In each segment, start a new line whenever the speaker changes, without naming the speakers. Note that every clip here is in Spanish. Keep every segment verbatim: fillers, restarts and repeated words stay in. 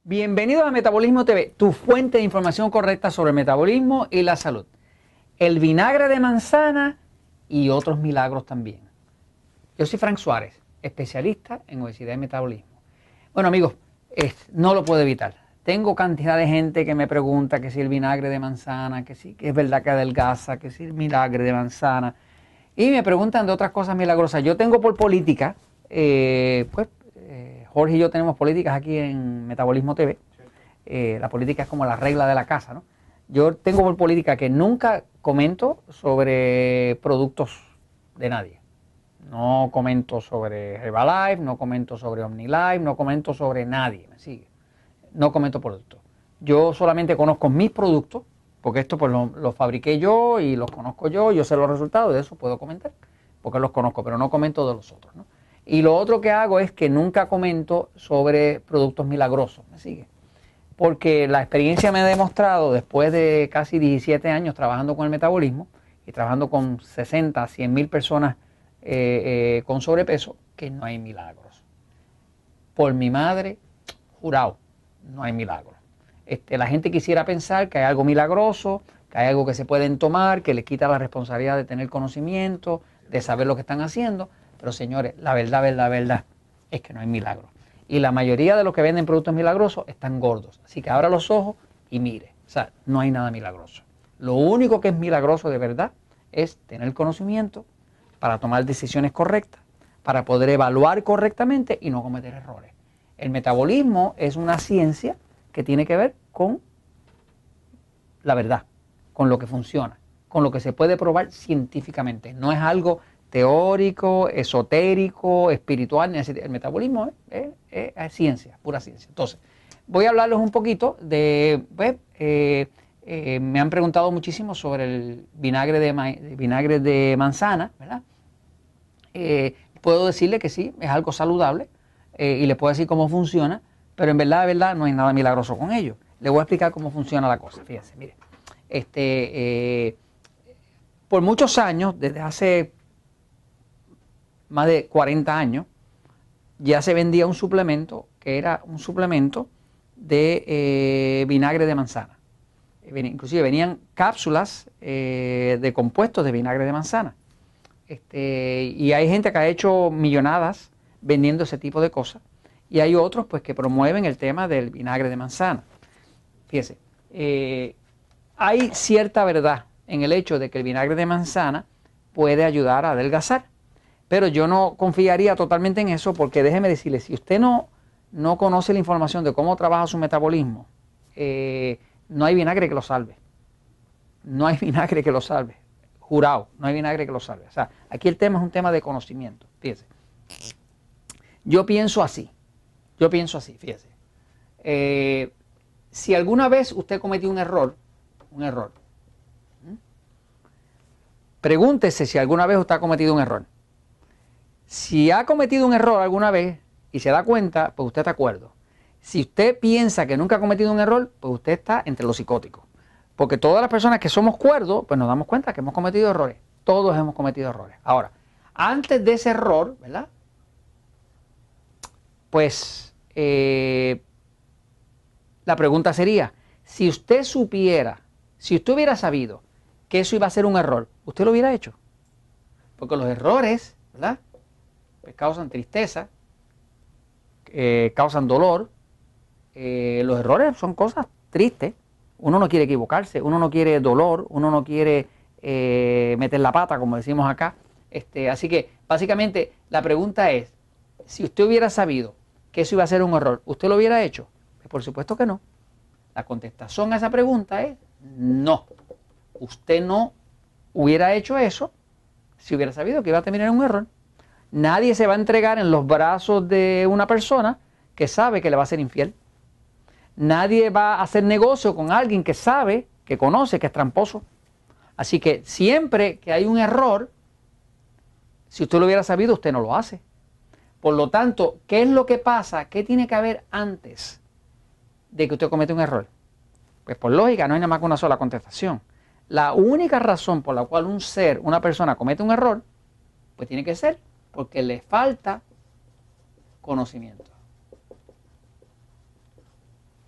Bienvenidos a Metabolismo T V, tu fuente de información correcta sobre el metabolismo y la salud. El vinagre de manzana y otros milagros también. Yo soy Frank Suárez, especialista en obesidad y metabolismo. Bueno amigos, es, no lo puedo evitar. Tengo cantidad de gente que me pregunta que si el vinagre de manzana, que si que es verdad que adelgaza, que si el vinagre de manzana. Y me preguntan de otras cosas milagrosas. Yo tengo por política, eh, pues, Jorge y yo tenemos políticas aquí en Metabolismo T V. Eh, la política es como la regla de la casa, ¿no? Yo tengo por política que nunca comento sobre productos de nadie. No comento sobre Herbalife, no comento sobre OmniLife, no comento sobre nadie, ¿me sigue? No comento productos. Yo solamente conozco mis productos, porque esto pues los lo fabriqué yo y los conozco yo, yo sé los resultados, de eso puedo comentar, porque los conozco, pero no comento de los otros, ¿no? Y lo otro que hago es que nunca comento sobre productos milagrosos, ¿me sigue? Porque la experiencia me ha demostrado, después de casi diecisiete años trabajando con el metabolismo y trabajando con sesenta, cien mil personas eh, eh, con sobrepeso, que no hay milagros. Por mi madre, jurado, no hay milagros. Este, la gente quisiera pensar que hay algo milagroso, que hay algo que se pueden tomar, que les quita la responsabilidad de tener conocimiento, de saber lo que están haciendo. Pero señores, la verdad, verdad, verdad, es que no hay milagro. Y la mayoría de los que venden productos milagrosos están gordos. Así que abra los ojos y mire. O sea, no hay nada milagroso. Lo único que es milagroso de verdad es tener conocimiento para tomar decisiones correctas, para poder evaluar correctamente y no cometer errores. El metabolismo es una ciencia que tiene que ver con la verdad, con lo que funciona, con lo que se puede probar científicamente. No es algo teórico, esotérico, espiritual. El metabolismo es, es, es ciencia, pura ciencia. Entonces, voy a hablarles un poquito de, pues, eh, eh, me han preguntado muchísimo sobre el vinagre de, de, vinagre de manzana, ¿verdad? Eh, puedo decirle que sí, es algo saludable eh, y les puedo decir cómo funciona, pero en verdad, de verdad, no hay nada milagroso con ello. Les voy a explicar cómo funciona la cosa. Fíjense, mire, este, eh, por muchos años, desde hace más de cuarenta años, ya se vendía un suplemento que era un suplemento de eh, vinagre de manzana. Inclusive venían cápsulas eh, de compuestos de vinagre de manzana. Este, y hay gente que ha hecho millonadas vendiendo ese tipo de cosas. Y hay otros pues que promueven el tema del vinagre de manzana. Fíjese, eh, hay cierta verdad en el hecho de que el vinagre de manzana puede ayudar a adelgazar. Pero yo no confiaría totalmente en eso porque déjeme decirle, si usted no, no conoce la información de cómo trabaja su metabolismo, eh, no hay vinagre que lo salve. No hay vinagre que lo salve. Jurado, no hay vinagre que lo salve. O sea, aquí el tema es un tema de conocimiento. Fíjese. Yo pienso así. Yo pienso así, fíjese. Eh, si alguna vez usted cometió un error, un error, ¿m? Pregúntese si alguna vez usted ha cometido un error. Si ha cometido un error alguna vez y se da cuenta, pues usted está de acuerdo. Si usted piensa que nunca ha cometido un error, pues usted está entre los psicóticos. Porque todas las personas que somos cuerdos, pues nos damos cuenta que hemos cometido errores. Todos hemos cometido errores. Ahora, antes de ese error, ¿verdad? Pues eh, la pregunta sería, si usted supiera, si usted hubiera sabido que eso iba a ser un error, ¿usted lo hubiera hecho? Porque los errores, ¿verdad?, pues causan tristeza, eh, causan dolor. Eh, los errores son cosas tristes. Uno no quiere equivocarse, uno no quiere dolor, uno no quiere eh, meter la pata, como decimos acá. Este, así que, básicamente, la pregunta es, si usted hubiera sabido que eso iba a ser un error, ¿usted lo hubiera hecho? Pues por supuesto que no. La contestación a esa pregunta es no. Usted no hubiera hecho eso si hubiera sabido que iba a terminar en un error. Nadie se va a entregar en los brazos de una persona que sabe que le va a ser infiel. Nadie va a hacer negocio con alguien que sabe, que conoce, que es tramposo. Así que siempre que hay un error, si usted lo hubiera sabido, usted no lo hace. Por lo tanto, ¿qué es lo que pasa? ¿Qué tiene que haber antes de que usted cometa un error? Pues por lógica no hay nada más que una sola contestación. La única razón por la cual un ser, una persona comete un error, pues tiene que ser porque le falta conocimiento.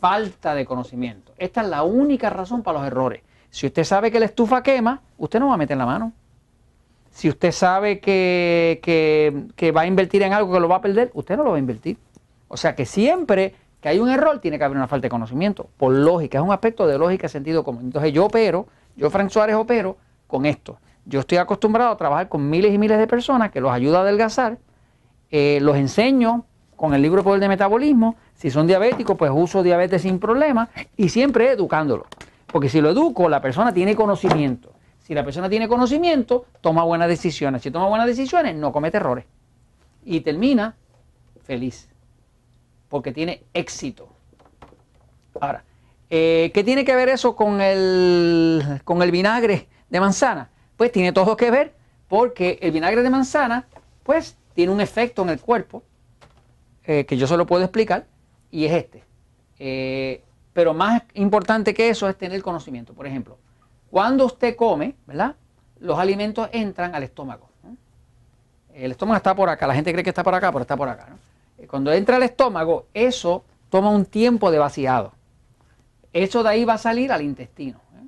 falta de conocimiento. Esta es la única razón para los errores. Si usted sabe que la estufa quema, usted no va a meter la mano. Si usted sabe que, que, que va a invertir en algo que lo va a perder, usted no lo va a invertir. O sea que siempre que hay un error, tiene que haber una falta de conocimiento, por lógica, es un aspecto de lógica, sentido común. Entonces yo opero, yo Frank Suárez opero con esto. Yo estoy acostumbrado a trabajar con miles y miles de personas que los ayuda a adelgazar, eh, los enseño con el libro Poder de Metabolismo. Si son diabéticos, pues uso diabetes sin problema y siempre educándolos. Porque si lo educo, la persona tiene conocimiento. Si la persona tiene conocimiento, toma buenas decisiones. Si toma buenas decisiones, no comete errores. Y termina feliz. Porque tiene éxito. Ahora, eh, ¿qué tiene que ver eso con el, con el vinagre de manzana? Pues tiene todo que ver porque el vinagre de manzana, pues, tiene un efecto en el cuerpo eh, que yo se lo puedo explicar y es este. Eh, pero más importante que eso es tener conocimiento. Por ejemplo, cuando usted come, ¿verdad? Los alimentos entran al estómago, ¿no? El estómago está por acá, la gente cree que está por acá, pero está por acá, ¿no? Cuando entra al estómago, eso toma un tiempo de vaciado. Eso de ahí va a salir al intestino. ¿eh?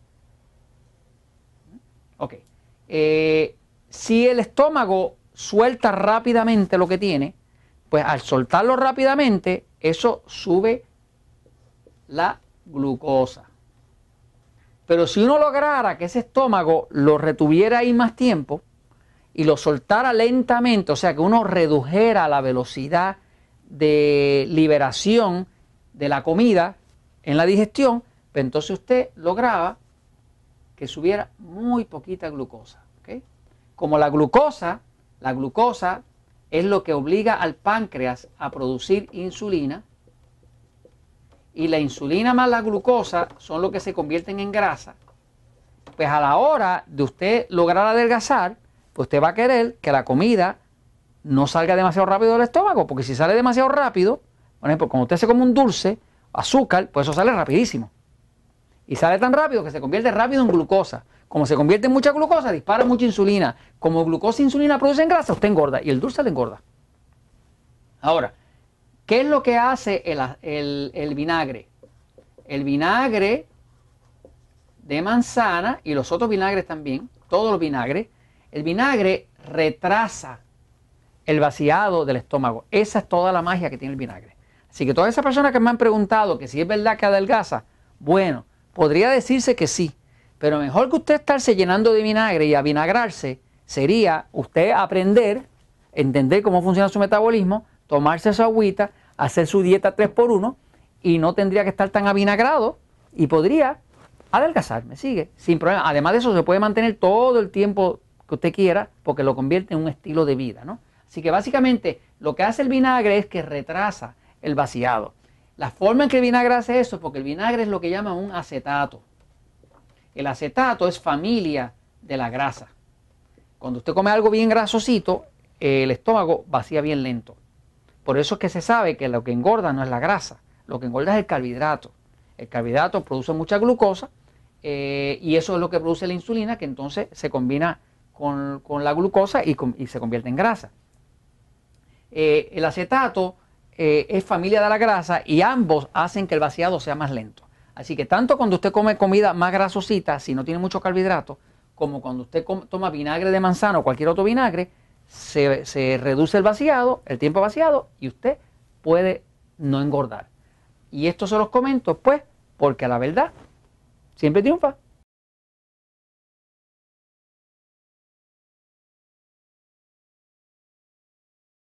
Ok. Eh, si el estómago suelta rápidamente lo que tiene, pues al soltarlo rápidamente, eso sube la glucosa. Pero si uno lograra que ese estómago lo retuviera ahí más tiempo y lo soltara lentamente, o sea que uno redujera la velocidad de liberación de la comida en la digestión, pues entonces usted lograba que subiera muy poquita glucosa. ¿okay? Como la glucosa, la glucosa es lo que obliga al páncreas a producir insulina, y la insulina más la glucosa son lo que se convierten en grasa, pues a la hora de usted lograr adelgazar, pues usted va a querer que la comida no salga demasiado rápido del estómago, porque si sale demasiado rápido, por ejemplo, cuando usted se come un dulce, azúcar, pues eso sale rapidísimo. Y sale tan rápido que se convierte rápido en glucosa. Como se convierte en mucha glucosa, dispara mucha insulina. Como glucosa e insulina producen grasa, usted engorda y el dulce le engorda. Ahora, ¿qué es lo que hace el, el, el vinagre? El vinagre de manzana y los otros vinagres también, todos los vinagres, el vinagre retrasa el vaciado del estómago. Esa es toda la magia que tiene el vinagre. Así que todas esas personas que me han preguntado que si es verdad que adelgaza, bueno, podría decirse que sí, pero mejor que usted estarse llenando de vinagre y avinagrarse, sería usted aprender, entender cómo funciona su metabolismo, tomarse su agüita, hacer su dieta tres por uno y no tendría que estar tan avinagrado y podría adelgazar, ¿me sigue? Sin problema. Además de eso, se puede mantener todo el tiempo que usted quiera porque lo convierte en un estilo de vida, ¿no? Así que básicamente lo que hace el vinagre es que retrasa el vaciado. La forma en que el vinagre hace eso es porque el vinagre es lo que llaman un acetato. El acetato es familia de la grasa. Cuando usted come algo bien grasosito, el estómago vacía bien lento. Por eso es que se sabe que lo que engorda no es la grasa, lo que engorda es el carbohidrato. El carbohidrato produce mucha glucosa eh, y eso es lo que produce la insulina, que entonces se combina con, con la glucosa y, con, y se convierte en grasa. Eh, el acetato eh, es familia de la grasa y ambos hacen que el vaciado sea más lento. Así que tanto cuando usted come comida más grasosita, si no tiene mucho carbohidrato, como cuando usted toma vinagre de manzana o cualquier otro vinagre, se, se reduce el vaciado, el tiempo vaciado, y usted puede no engordar. Y esto se los comento, pues, porque la verdad siempre triunfa.